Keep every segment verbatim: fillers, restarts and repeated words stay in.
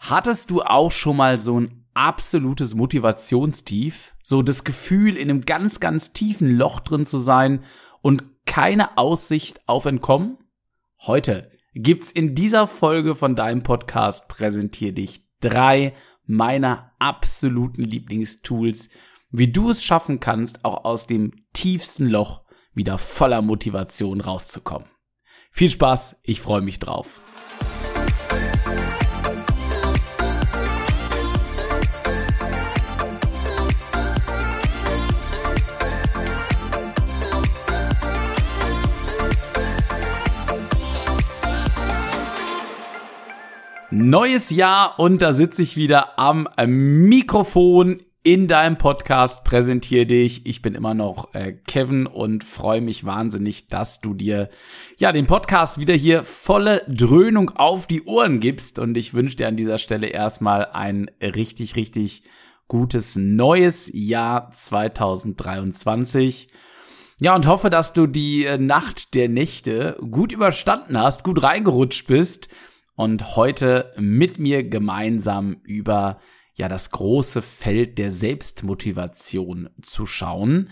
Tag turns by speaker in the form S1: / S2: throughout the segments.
S1: Hattest du auch schon mal so ein absolutes Motivationstief? So das Gefühl, in einem ganz, ganz tiefen Loch drin zu sein und keine Aussicht auf Entkommen? Heute gibt's in dieser Folge von deinem Podcast Präsentier dich drei meiner absoluten Lieblingstools, wie du es schaffen kannst, auch aus dem tiefsten Loch wieder voller Motivation rauszukommen. Viel Spaß, ich freue mich drauf. Neues Jahr und da sitze ich wieder am Mikrofon in deinem Podcast Präsentier dich. Ich bin immer noch äh, Kevin und freue mich wahnsinnig, dass du dir ja den Podcast wieder hier volle Dröhnung auf die Ohren gibst und ich wünsche dir an dieser Stelle erstmal ein richtig, richtig gutes neues Jahr zwanzig dreiundzwanzig. Ja, und hoffe, dass du die äh, Nacht der Nächte gut überstanden hast, gut reingerutscht bist und heute mit mir gemeinsam über ja das große Feld der Selbstmotivation zu schauen.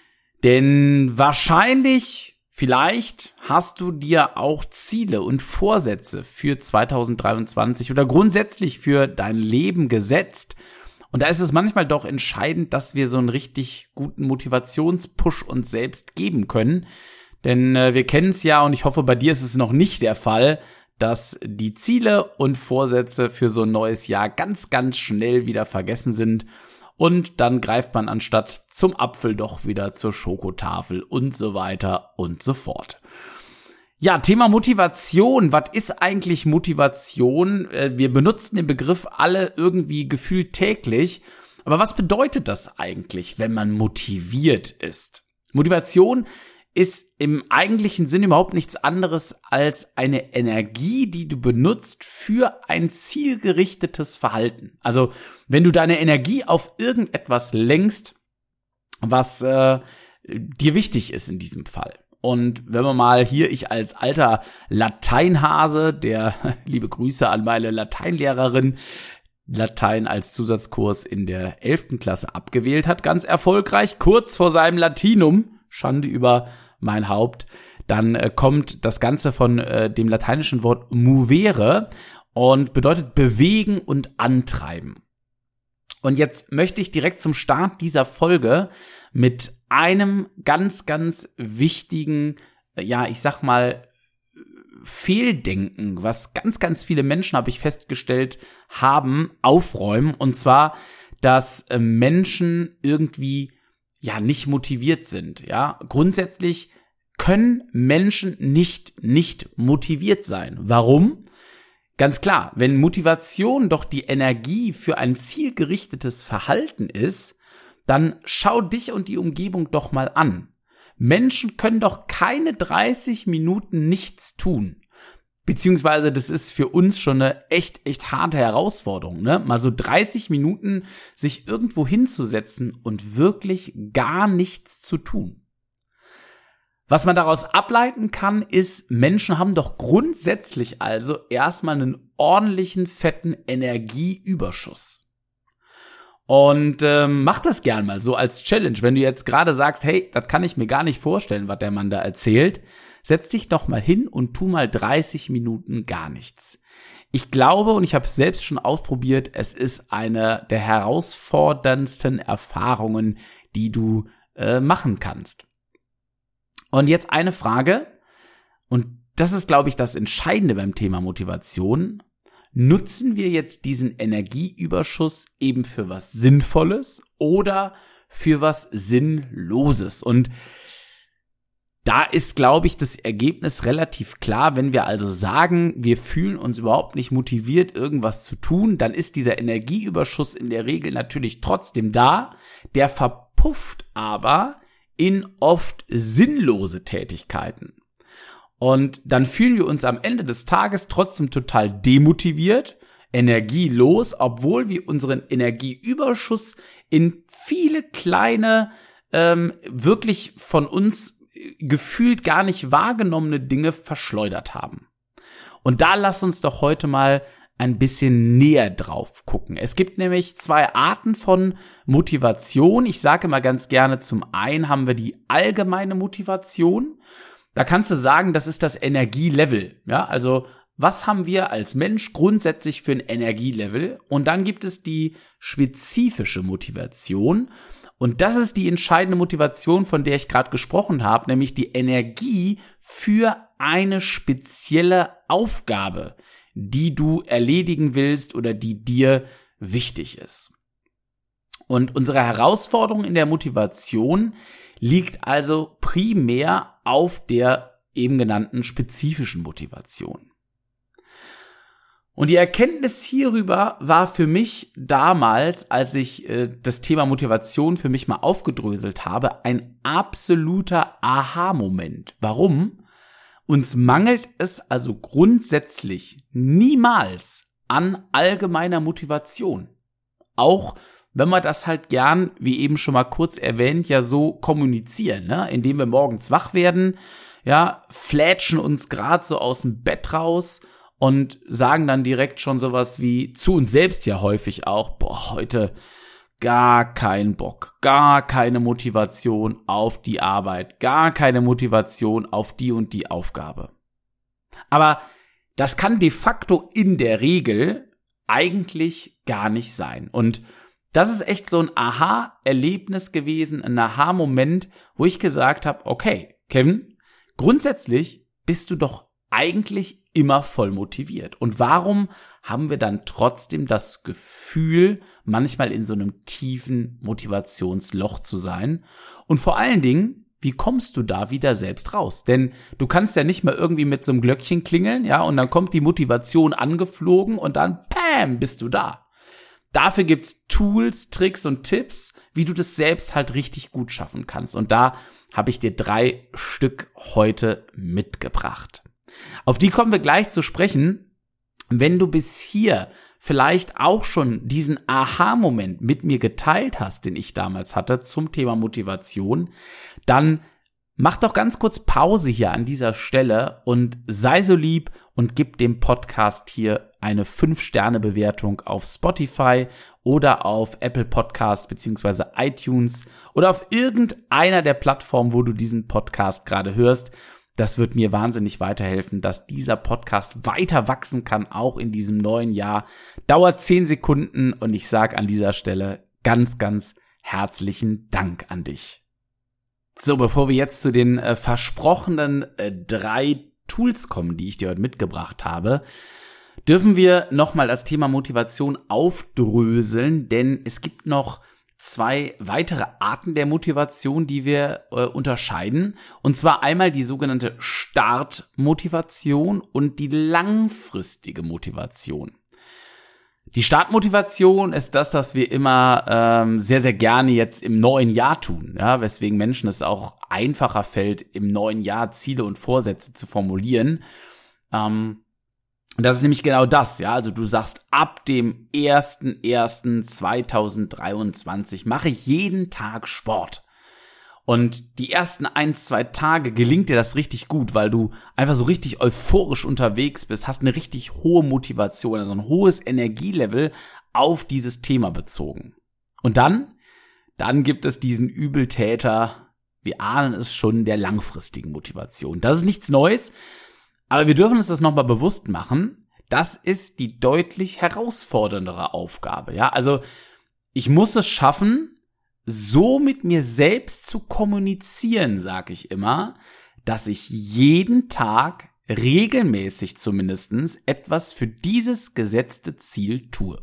S1: Denn wahrscheinlich, vielleicht hast du dir auch Ziele und Vorsätze für zwanzig dreiundzwanzig oder grundsätzlich für dein Leben gesetzt. Und da ist es manchmal doch entscheidend, dass wir so einen richtig guten Motivationspush uns selbst geben können. Denn äh, wir kennen es ja und ich hoffe, bei dir ist es noch nicht der Fall, dass die Ziele und Vorsätze für so ein neues Jahr ganz, ganz schnell wieder vergessen sind und dann greift man anstatt zum Apfel doch wieder zur Schokotafel und so weiter und so fort. Ja, Thema Motivation. Was ist eigentlich Motivation? Wir benutzen den Begriff alle irgendwie gefühlt täglich. Aber was bedeutet das eigentlich, wenn man motiviert ist? Motivation ist im eigentlichen Sinn überhaupt nichts anderes als eine Energie, die du benutzt für ein zielgerichtetes Verhalten. Also wenn du deine Energie auf irgendetwas lenkst, was äh, dir wichtig ist in diesem Fall. Und wenn man mal hier, ich als alter Lateinhase, der liebe Grüße an meine Lateinlehrerin, Latein als Zusatzkurs in der elften Klasse abgewählt hat, ganz erfolgreich, kurz vor seinem Latinum, Schande über mein Haupt, dann äh, kommt das Ganze von äh, dem lateinischen Wort movere und bedeutet bewegen und antreiben. Und jetzt möchte ich direkt zum Start dieser Folge mit einem ganz, ganz wichtigen, äh, ja, ich sag mal, Fehldenken, was ganz, ganz viele Menschen, habe ich festgestellt, haben, aufräumen. Und zwar, dass äh, Menschen irgendwie ja nicht motiviert sind, ja. Grundsätzlich können Menschen nicht nicht motiviert sein. Warum? Ganz klar, wenn Motivation doch die Energie für ein zielgerichtetes Verhalten ist, dann schau dich und die Umgebung doch mal an. Menschen können doch keine dreißig Minuten nichts tun. Beziehungsweise das ist für uns schon eine echt, echt harte Herausforderung, ne? Mal so dreißig Minuten sich irgendwo hinzusetzen und wirklich gar nichts zu tun. Was man daraus ableiten kann, ist, Menschen haben doch grundsätzlich also erstmal einen ordentlichen, fetten Energieüberschuss. Und ähm, mach das gern mal so als Challenge. Wenn du jetzt gerade sagst, hey, das kann ich mir gar nicht vorstellen, was der Mann da erzählt, setz dich doch mal hin und tu mal dreißig Minuten gar nichts. Ich glaube, und ich habe es selbst schon ausprobiert, es ist eine der herausforderndsten Erfahrungen, die du äh, machen kannst. Und jetzt eine Frage, und das ist, glaube ich, das Entscheidende beim Thema Motivation. Nutzen wir jetzt diesen Energieüberschuss eben für was Sinnvolles oder für was Sinnloses? Und da ist, glaube ich, das Ergebnis relativ klar. Wenn wir also sagen, wir fühlen uns überhaupt nicht motiviert, irgendwas zu tun, dann ist dieser Energieüberschuss in der Regel natürlich trotzdem da. Der verpufft aber in oft sinnlose Tätigkeiten. Und dann fühlen wir uns am Ende des Tages trotzdem total demotiviert, energielos, obwohl wir unseren Energieüberschuss in viele kleine, ähm, wirklich von uns gefühlt gar nicht wahrgenommene Dinge verschleudert haben. Und da lass uns doch heute mal ein bisschen näher drauf gucken. Es gibt nämlich zwei Arten von Motivation. Ich sage immer ganz gerne, zum einen haben wir die allgemeine Motivation. Da kannst du sagen, das ist das Energielevel. Ja, also was haben wir als Mensch grundsätzlich für ein Energielevel? Und dann gibt es die spezifische Motivation. Und das ist die entscheidende Motivation, von der ich gerade gesprochen habe, nämlich die Energie für eine spezielle Aufgabe, die du erledigen willst oder die dir wichtig ist. Und unsere Herausforderung in der Motivation liegt also primär auf der eben genannten spezifischen Motivation. Und die Erkenntnis hierüber war für mich damals, als ich äh, das Thema Motivation für mich mal aufgedröselt habe, ein absoluter Aha-Moment. Warum? Uns mangelt es also grundsätzlich niemals an allgemeiner Motivation. Auch wenn wir das halt gern, wie eben schon mal kurz erwähnt, ja so kommunizieren, ne? Indem wir morgens wach werden, ja, flätschen uns gerade so aus dem Bett raus und sagen dann direkt schon sowas wie zu uns selbst ja häufig auch, boah, heute gar kein Bock, gar keine Motivation auf die Arbeit, gar keine Motivation auf die und die Aufgabe. Aber das kann de facto in der Regel eigentlich gar nicht sein. Und das ist echt so ein Aha-Erlebnis gewesen, ein Aha-Moment, wo ich gesagt habe, okay, Kevin, grundsätzlich bist du doch eigentlich immer voll motiviert. Und warum haben wir dann trotzdem das Gefühl, manchmal in so einem tiefen Motivationsloch zu sein? Und vor allen Dingen, wie kommst du da wieder selbst raus? Denn du kannst ja nicht mal irgendwie mit so einem Glöckchen klingeln, ja, und dann kommt die Motivation angeflogen und dann, pam, bist du da. Dafür gibt's Tools, Tricks und Tipps, wie du das selbst halt richtig gut schaffen kannst. Und da habe ich dir drei Stück heute mitgebracht. Auf die kommen wir gleich zu sprechen. Wenn du bis hier vielleicht auch schon diesen Aha-Moment mit mir geteilt hast, den ich damals hatte zum Thema Motivation, dann mach doch ganz kurz Pause hier an dieser Stelle und sei so lieb und gib dem Podcast hier eine fünf Sterne Bewertung auf Spotify oder auf Apple Podcasts beziehungsweise iTunes oder auf irgendeiner der Plattformen, wo du diesen Podcast gerade hörst. Das wird mir wahnsinnig weiterhelfen, dass dieser Podcast weiter wachsen kann, auch in diesem neuen Jahr. Dauert zehn Sekunden und ich sage an dieser Stelle ganz, ganz herzlichen Dank an dich. So, bevor wir jetzt zu den äh, versprochenen äh, drei Tools kommen, die ich dir heute mitgebracht habe, dürfen wir nochmal das Thema Motivation aufdröseln, denn es gibt noch zwei weitere Arten der Motivation, die wir äh, unterscheiden. Und zwar einmal die sogenannte Startmotivation und die langfristige Motivation. Die Startmotivation ist das, was wir immer ähm, sehr, sehr gerne jetzt im neuen Jahr tun, ja, weswegen Menschen es auch einfacher fällt, im neuen Jahr Ziele und Vorsätze zu formulieren. Ähm, Das ist nämlich genau das, ja, also du sagst, ab dem ersten ersten zweitausenddreiundzwanzig mache ich jeden Tag Sport. Und die ersten ein, zwei Tage gelingt dir das richtig gut, weil du einfach so richtig euphorisch unterwegs bist, hast eine richtig hohe Motivation, also ein hohes Energielevel auf dieses Thema bezogen. Und dann, dann gibt es diesen Übeltäter, wir ahnen es schon, der langfristigen Motivation. Das ist nichts Neues. Aber wir dürfen uns das nochmal bewusst machen. Das ist die deutlich herausforderndere Aufgabe. Ja, also ich muss es schaffen, so mit mir selbst zu kommunizieren, sage ich immer, dass ich jeden Tag regelmäßig zumindest etwas für dieses gesetzte Ziel tue.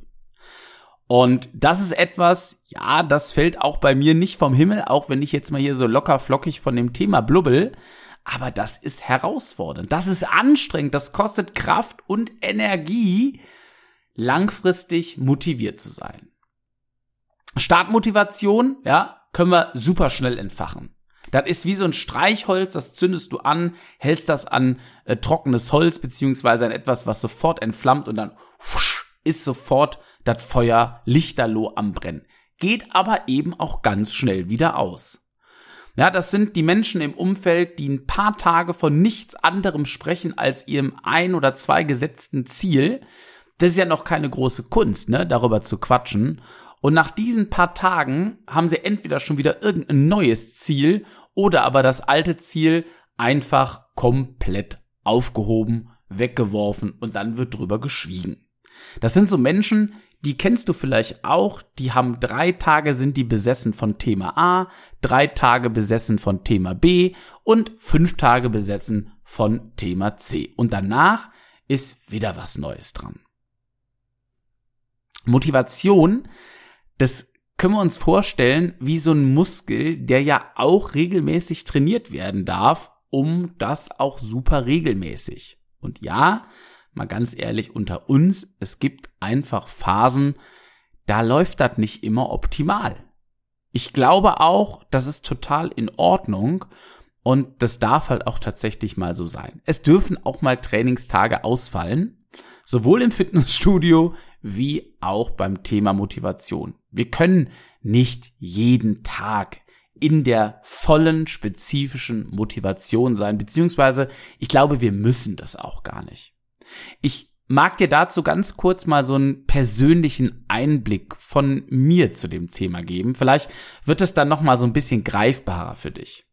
S1: Und das ist etwas, ja, das fällt auch bei mir nicht vom Himmel, auch wenn ich jetzt mal hier so locker flockig von dem Thema blubbel. Aber das ist herausfordernd, das ist anstrengend, das kostet Kraft und Energie, langfristig motiviert zu sein. Startmotivation, ja, können wir super schnell entfachen. Das ist wie so ein Streichholz, das zündest du an, hältst das an äh, trockenes Holz beziehungsweise an etwas, was sofort entflammt und dann wusch, ist sofort das Feuer lichterloh am Brennen. Geht aber eben auch ganz schnell wieder aus. Ja, das sind die Menschen im Umfeld, die ein paar Tage von nichts anderem sprechen als ihrem ein oder zwei gesetzten Ziel. Das ist ja noch keine große Kunst, ne, darüber zu quatschen. Und nach diesen paar Tagen haben sie entweder schon wieder irgendein neues Ziel oder aber das alte Ziel einfach komplett aufgehoben, weggeworfen und dann wird drüber geschwiegen. Das sind so Menschen, die kennst du vielleicht auch, die haben drei Tage sind die besessen von Thema A, drei Tage besessen von Thema B und fünf Tage besessen von Thema C. Und danach ist wieder was Neues dran. Motivation, das können wir uns vorstellen wie so ein Muskel, der ja auch regelmäßig trainiert werden darf, um das auch super regelmäßig. Und ja, mal ganz ehrlich unter uns, es gibt einfach Phasen, da läuft das nicht immer optimal. Ich glaube auch, das ist total in Ordnung und das darf halt auch tatsächlich mal so sein. Es dürfen auch mal Trainingstage ausfallen, sowohl im Fitnessstudio wie auch beim Thema Motivation. Wir können nicht jeden Tag in der vollen, spezifischen Motivation sein, beziehungsweise ich glaube, wir müssen das auch gar nicht. Ich mag dir dazu ganz kurz mal so einen persönlichen Einblick von mir zu dem Thema geben. Vielleicht wird es dann noch mal so ein bisschen greifbarer für dich.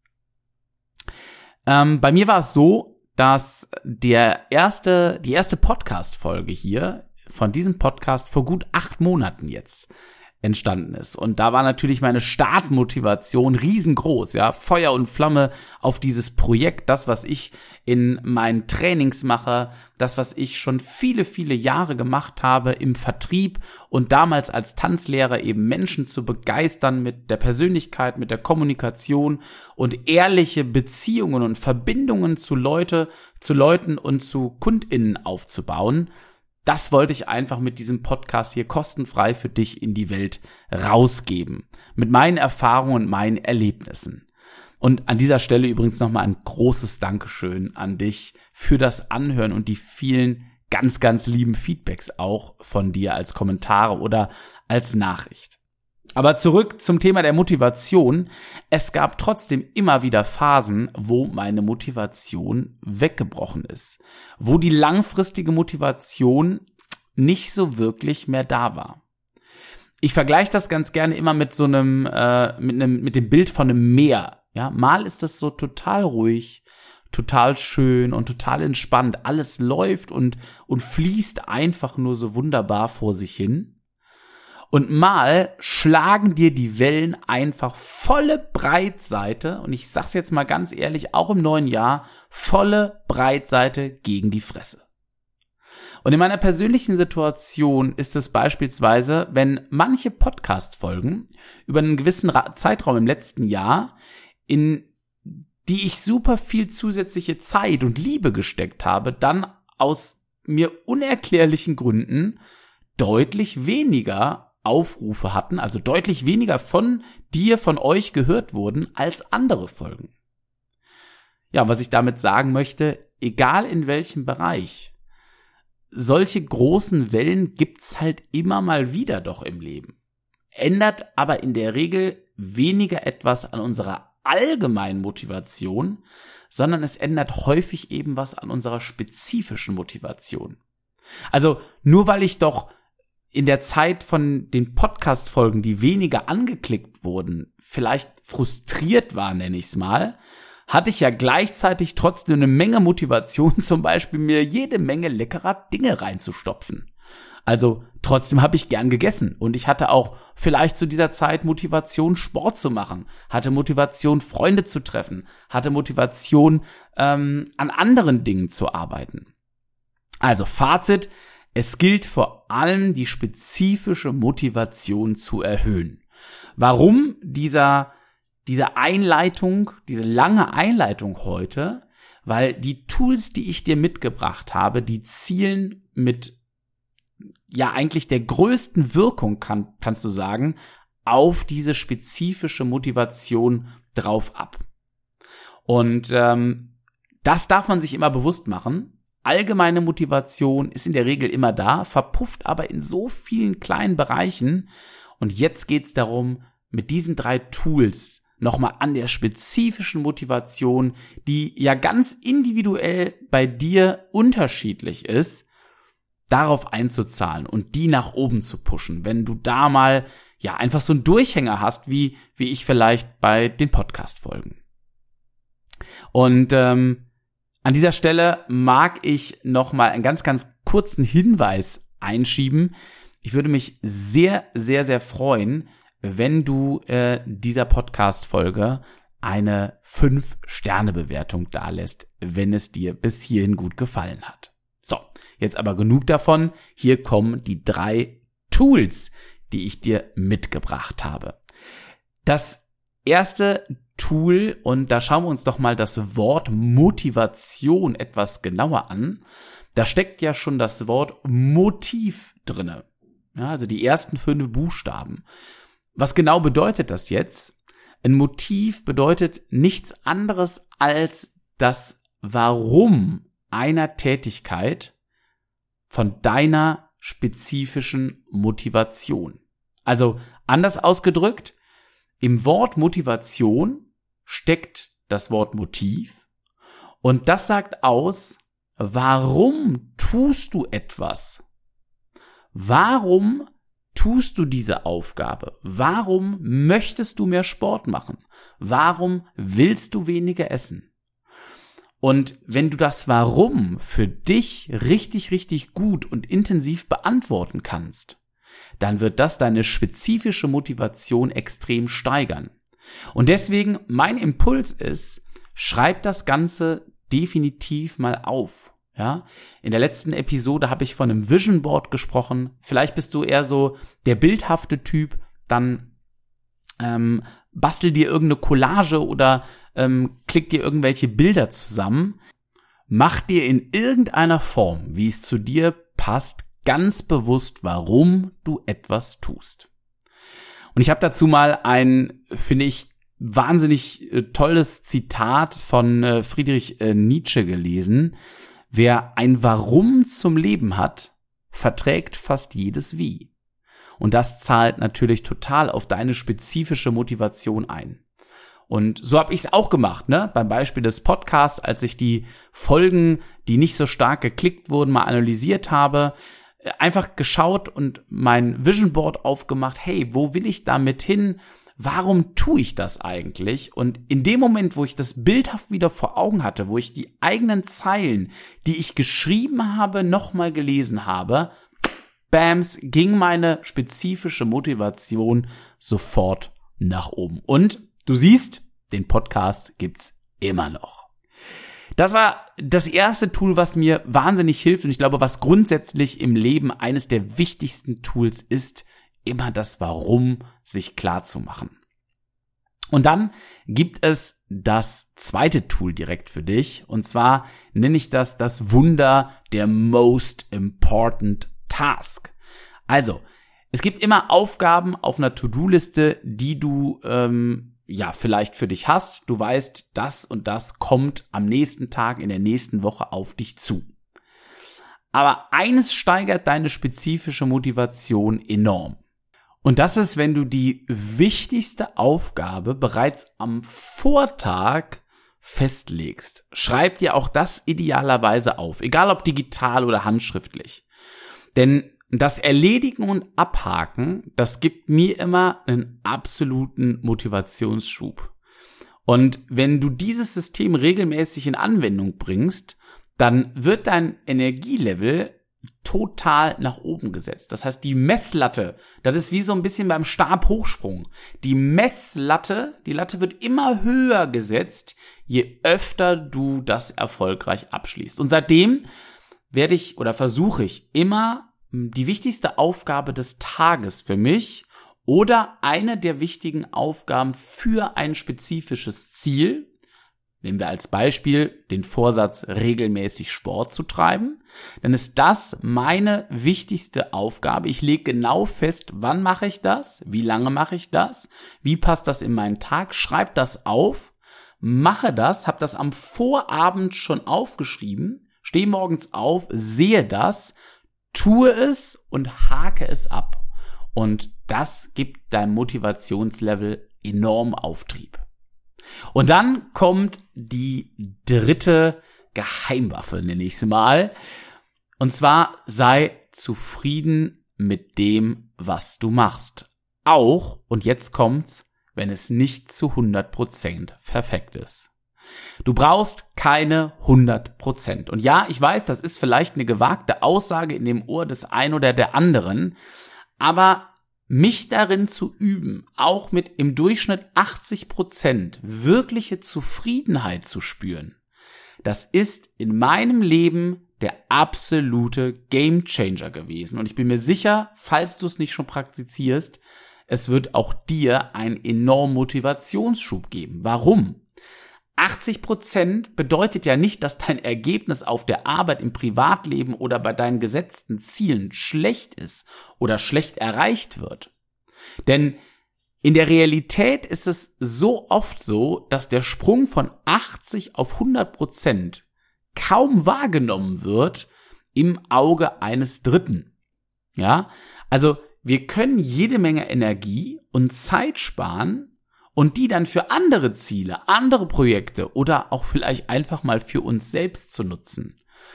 S1: Ähm, bei mir war es so, dass der erste, die erste Podcast-Folge hier von diesem Podcast vor gut acht Monaten jetzt entstanden ist. Und da war natürlich meine Startmotivation riesengroß, ja, Feuer und Flamme auf dieses Projekt, das, was ich in meinen Trainings mache, das, was ich schon viele, viele Jahre gemacht habe im Vertrieb und damals als Tanzlehrer eben Menschen zu begeistern mit der Persönlichkeit, mit der Kommunikation und ehrliche Beziehungen und Verbindungen zu Leute, zu Leuten und zu KundInnen aufzubauen. Das wollte ich einfach mit diesem Podcast hier kostenfrei für dich in die Welt rausgeben. Mit meinen Erfahrungen und meinen Erlebnissen. Und an dieser Stelle übrigens nochmal ein großes Dankeschön an dich für das Anhören und die vielen ganz, ganz lieben Feedbacks auch von dir als Kommentare oder als Nachricht. Aber zurück zum Thema der Motivation. Es gab trotzdem immer wieder Phasen, wo meine Motivation weggebrochen ist. Wo die langfristige Motivation nicht so wirklich mehr da war. Ich vergleiche das ganz gerne immer mit so einem, äh, mit einem, mit dem Bild von einem Meer. Ja, mal ist das so total ruhig, total schön und total entspannt. Alles läuft und, und fließt einfach nur so wunderbar vor sich hin. Und mal schlagen dir die Wellen einfach volle Breitseite, und ich sag's jetzt mal ganz ehrlich, auch im neuen Jahr, volle Breitseite gegen die Fresse. Und in meiner persönlichen Situation ist es beispielsweise, wenn manche Podcast-Folgen über einen gewissen Zeitraum im letzten Jahr, in die ich super viel zusätzliche Zeit und Liebe gesteckt habe, dann aus mir unerklärlichen Gründen deutlich weniger Aufrufe hatten, also deutlich weniger von dir, von euch gehört wurden als andere Folgen. Ja, was ich damit sagen möchte, egal in welchem Bereich, solche großen Wellen gibt's halt immer mal wieder doch im Leben. Ändert aber in der Regel weniger etwas an unserer allgemeinen Motivation, sondern es ändert häufig eben was an unserer spezifischen Motivation. Also nur weil ich doch in der Zeit von den Podcast-Folgen, die weniger angeklickt wurden, vielleicht frustriert war, nenne ich es mal, hatte ich ja gleichzeitig trotzdem eine Menge Motivation, zum Beispiel mir jede Menge leckerer Dinge reinzustopfen. Also trotzdem habe ich gern gegessen und ich hatte auch vielleicht zu dieser Zeit Motivation, Sport zu machen, hatte Motivation, Freunde zu treffen, hatte Motivation, ähm, an anderen Dingen zu arbeiten. Also Fazit: Es gilt vor allem, die spezifische Motivation zu erhöhen. Warum dieser, diese Einleitung, diese lange Einleitung heute? Weil die Tools, die ich dir mitgebracht habe, die zielen mit, ja, eigentlich der größten Wirkung, kann, kannst du sagen, auf diese spezifische Motivation drauf ab. Und ähm, das darf man sich immer bewusst machen. Allgemeine Motivation ist in der Regel immer da, verpufft aber in so vielen kleinen Bereichen. Und jetzt geht's darum, mit diesen drei Tools nochmal an der spezifischen Motivation, die ja ganz individuell bei dir unterschiedlich ist, darauf einzuzahlen und die nach oben zu pushen, wenn du da mal ja einfach so einen Durchhänger hast, wie wie ich vielleicht bei den Podcast-Folgen. Und ähm, an dieser Stelle mag ich noch mal einen ganz, ganz kurzen Hinweis einschieben. Ich würde mich sehr, sehr, sehr freuen, wenn du äh, dieser Podcast-Folge eine fünf Sterne Bewertung dalässt, wenn es dir bis hierhin gut gefallen hat. So, jetzt aber genug davon. Hier kommen die drei Tools, die ich dir mitgebracht habe. Das erste Tool, und da schauen wir uns doch mal das Wort Motivation etwas genauer an. Da steckt ja schon das Wort Motiv drinne. Ja, also die ersten fünf Buchstaben. Was genau bedeutet das jetzt? Ein Motiv bedeutet nichts anderes als das Warum einer Tätigkeit von deiner spezifischen Motivation. Also anders ausgedrückt, im Wort Motivation steckt das Wort Motiv und das sagt aus, warum tust du etwas? Warum tust du diese Aufgabe? Warum möchtest du mehr Sport machen? Warum willst du weniger essen? Und wenn du das Warum für dich richtig, richtig gut und intensiv beantworten kannst, dann wird das deine spezifische Motivation extrem steigern. Und deswegen mein Impuls ist, schreib das Ganze definitiv mal auf. Ja, in der letzten Episode habe ich von einem Vision Board gesprochen. Vielleicht bist du eher so der bildhafte Typ, dann ähm, bastel dir irgendeine Collage oder ähm, klick dir irgendwelche Bilder zusammen. Mach dir in irgendeiner Form, wie es zu dir passt, ganz bewusst, warum du etwas tust. Und ich habe dazu mal ein, finde ich, wahnsinnig äh, tolles Zitat von äh, Friedrich äh, Nietzsche gelesen. Wer ein Warum zum Leben hat, verträgt fast jedes Wie. Und das zahlt natürlich total auf deine spezifische Motivation ein. Und so habe ich es auch gemacht, ne? Beim Beispiel des Podcasts, als ich die Folgen, die nicht so stark geklickt wurden, mal analysiert habe, einfach geschaut und mein Vision Board aufgemacht. Hey, wo will ich damit hin? Warum tue ich das eigentlich? Und in dem Moment, wo ich das bildhaft wieder vor Augen hatte, wo ich die eigenen Zeilen, die ich geschrieben habe, nochmal gelesen habe, bams, ging meine spezifische Motivation sofort nach oben. Und du siehst, den Podcast gibt's immer noch. Das war das erste Tool, was mir wahnsinnig hilft und ich glaube, was grundsätzlich im Leben eines der wichtigsten Tools ist, immer das Warum sich klar zu machen. Und dann gibt es das zweite Tool direkt für dich und zwar nenne ich das das Wunder der Most Important Task. Also, es gibt immer Aufgaben auf einer To-Do-Liste, die du ähm, ja vielleicht für dich hast. Du weißt, das und das kommt am nächsten Tag in der nächsten Woche auf dich zu. Aber eines steigert deine spezifische Motivation enorm. Und das ist, wenn du die wichtigste Aufgabe bereits am Vortag festlegst. Schreib dir auch das idealerweise auf, egal ob digital oder handschriftlich. Denn das Erledigen und Abhaken, das gibt mir immer einen absoluten Motivationsschub. Und wenn du dieses System regelmäßig in Anwendung bringst, dann wird dein Energielevel total nach oben gesetzt. Das heißt, die Messlatte, das ist wie so ein bisschen beim Stabhochsprung. Die Messlatte, die Latte wird immer höher gesetzt, je öfter du das erfolgreich abschließt. Und seitdem werde ich oder versuche ich immer die wichtigste Aufgabe des Tages für mich oder eine der wichtigen Aufgaben für ein spezifisches Ziel, nehmen wir als Beispiel den Vorsatz, regelmäßig Sport zu treiben, dann ist das meine wichtigste Aufgabe. Ich lege genau fest, wann mache ich das, wie lange mache ich das, wie passt das in meinen Tag, schreibe das auf, mache das, habe das am Vorabend schon aufgeschrieben, stehe morgens auf, sehe das, tue es und hake es ab. Und das gibt deinem Motivationslevel enorm Auftrieb. Und dann kommt die dritte Geheimwaffe, nenne ich es mal. Und zwar sei zufrieden mit dem, was du machst. Auch, und jetzt kommt's, wenn es nicht zu hundert Prozent perfekt ist. Du brauchst keine hundert Prozent. Und ja, ich weiß, das ist vielleicht eine gewagte Aussage in dem Ohr des einen oder der anderen, aber mich darin zu üben, auch mit im Durchschnitt achtzig Prozent wirkliche Zufriedenheit zu spüren, das ist in meinem Leben der absolute Gamechanger gewesen. Und ich bin mir sicher, falls du es nicht schon praktizierst, es wird auch dir einen enormen Motivationsschub geben. Warum? achtzig Prozent bedeutet ja nicht, dass dein Ergebnis auf der Arbeit, im Privatleben oder bei deinen gesetzten Zielen schlecht ist oder schlecht erreicht wird. Denn in der Realität ist es so oft so, dass der Sprung von achtzig auf hundert Prozent kaum wahrgenommen wird im Auge eines Dritten. Ja, also wir können jede Menge Energie und Zeit sparen und die dann für andere Ziele, andere Projekte oder auch vielleicht einfach mal für uns selbst zu nutzen.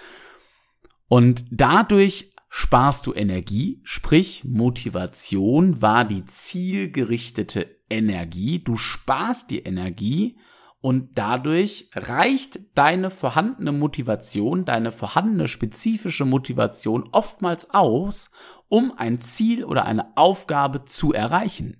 S1: Und dadurch sparst du Energie, sprich Motivation war die zielgerichtete Energie. Du sparst die Energie und dadurch reicht deine vorhandene Motivation, deine vorhandene spezifische Motivation oftmals aus, um ein Ziel oder eine Aufgabe zu erreichen.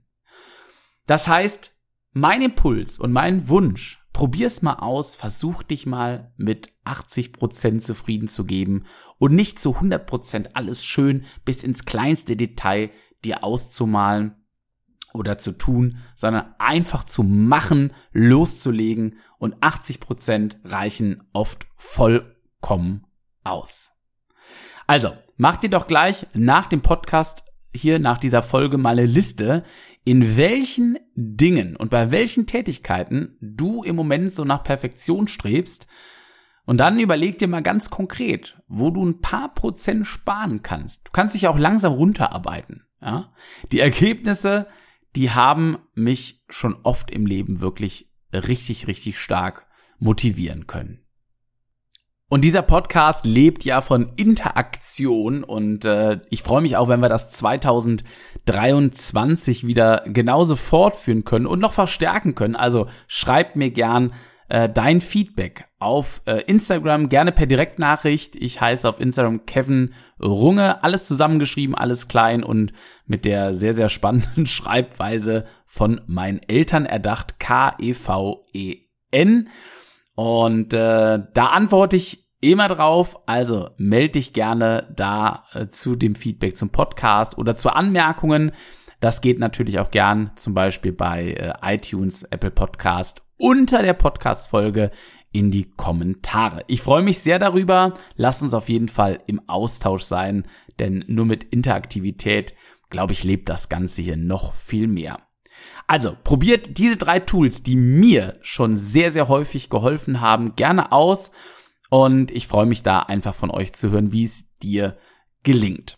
S1: Das heißt, mein Impuls und mein Wunsch, probier's mal aus, versuch dich mal mit achtzig Prozent zufrieden zu geben und nicht zu hundert Prozent alles schön bis ins kleinste Detail dir auszumalen oder zu tun, sondern einfach zu machen, loszulegen und achtzig Prozent reichen oft vollkommen aus. Also, mach dir doch gleich nach dem Podcast hier, nach dieser Folge mal eine Liste, in welchen Dingen und bei welchen Tätigkeiten du im Moment so nach Perfektion strebst. Und dann überleg dir mal ganz konkret, wo du ein paar Prozent sparen kannst. Du kannst dich auch langsam runterarbeiten. Ja? Die Ergebnisse, die haben mich schon oft im Leben wirklich richtig, richtig stark motivieren können. Und dieser Podcast lebt ja von Interaktion und äh, ich freue mich auch, wenn wir das zwanzig dreiundzwanzig wieder genauso fortführen können und noch verstärken können. Also schreib mir gern äh, dein Feedback auf äh, Instagram, gerne per Direktnachricht. Ich heiße auf Instagram Kevin Runge, alles zusammengeschrieben, alles klein und mit der sehr, sehr spannenden Schreibweise von meinen Eltern erdacht, K E V E N. Und äh, da antworte ich immer drauf, also melde dich gerne da äh, zu dem Feedback zum Podcast oder zu Anmerkungen. Das geht natürlich auch gern zum Beispiel bei äh, iTunes, Apple Podcast unter der Podcast-Folge in die Kommentare. Ich freue mich sehr darüber. Lasst uns auf jeden Fall im Austausch sein, denn nur mit Interaktivität, glaube ich, lebt das Ganze hier noch viel mehr. Also, probiert diese drei Tools, die mir schon sehr, sehr häufig geholfen haben, gerne aus. Und ich freue mich da einfach von euch zu hören, wie es dir gelingt.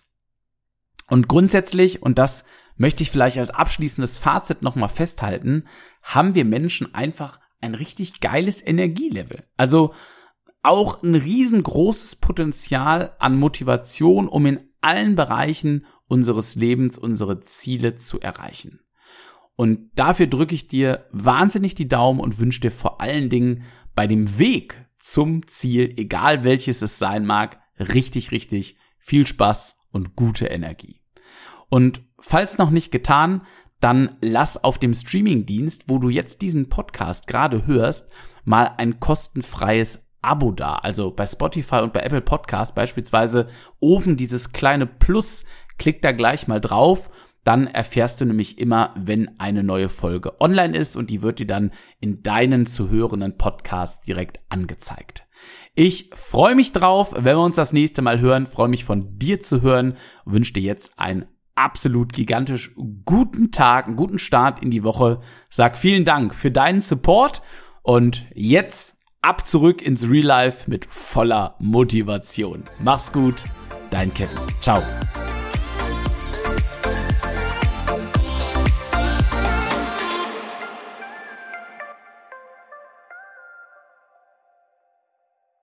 S1: Und grundsätzlich, und das möchte ich vielleicht als abschließendes Fazit nochmal festhalten, haben wir Menschen einfach ein richtig geiles Energielevel. Also auch ein riesengroßes Potenzial an Motivation, um in allen Bereichen unseres Lebens unsere Ziele zu erreichen. Und dafür drücke ich dir wahnsinnig die Daumen und wünsche dir vor allen Dingen bei dem Weg zum Ziel, egal welches es sein mag, richtig, richtig viel Spaß und gute Energie. Und falls noch nicht getan, dann lass auf dem Streamingdienst, wo du jetzt diesen Podcast gerade hörst, mal ein kostenfreies Abo da. Also bei Spotify und bei Apple Podcast beispielsweise oben dieses kleine Plus, klick da gleich mal drauf. Dann erfährst du nämlich immer, wenn eine neue Folge online ist und die wird dir dann in deinen zu hörenden Podcast direkt angezeigt. Ich freue mich drauf, wenn wir uns das nächste Mal hören, freue mich von dir zu hören, wünsche dir jetzt einen absolut gigantisch guten Tag, einen guten Start in die Woche. Sag vielen Dank für deinen Support und jetzt ab zurück ins Real Life mit voller Motivation. Mach's gut, dein Kevin. Ciao.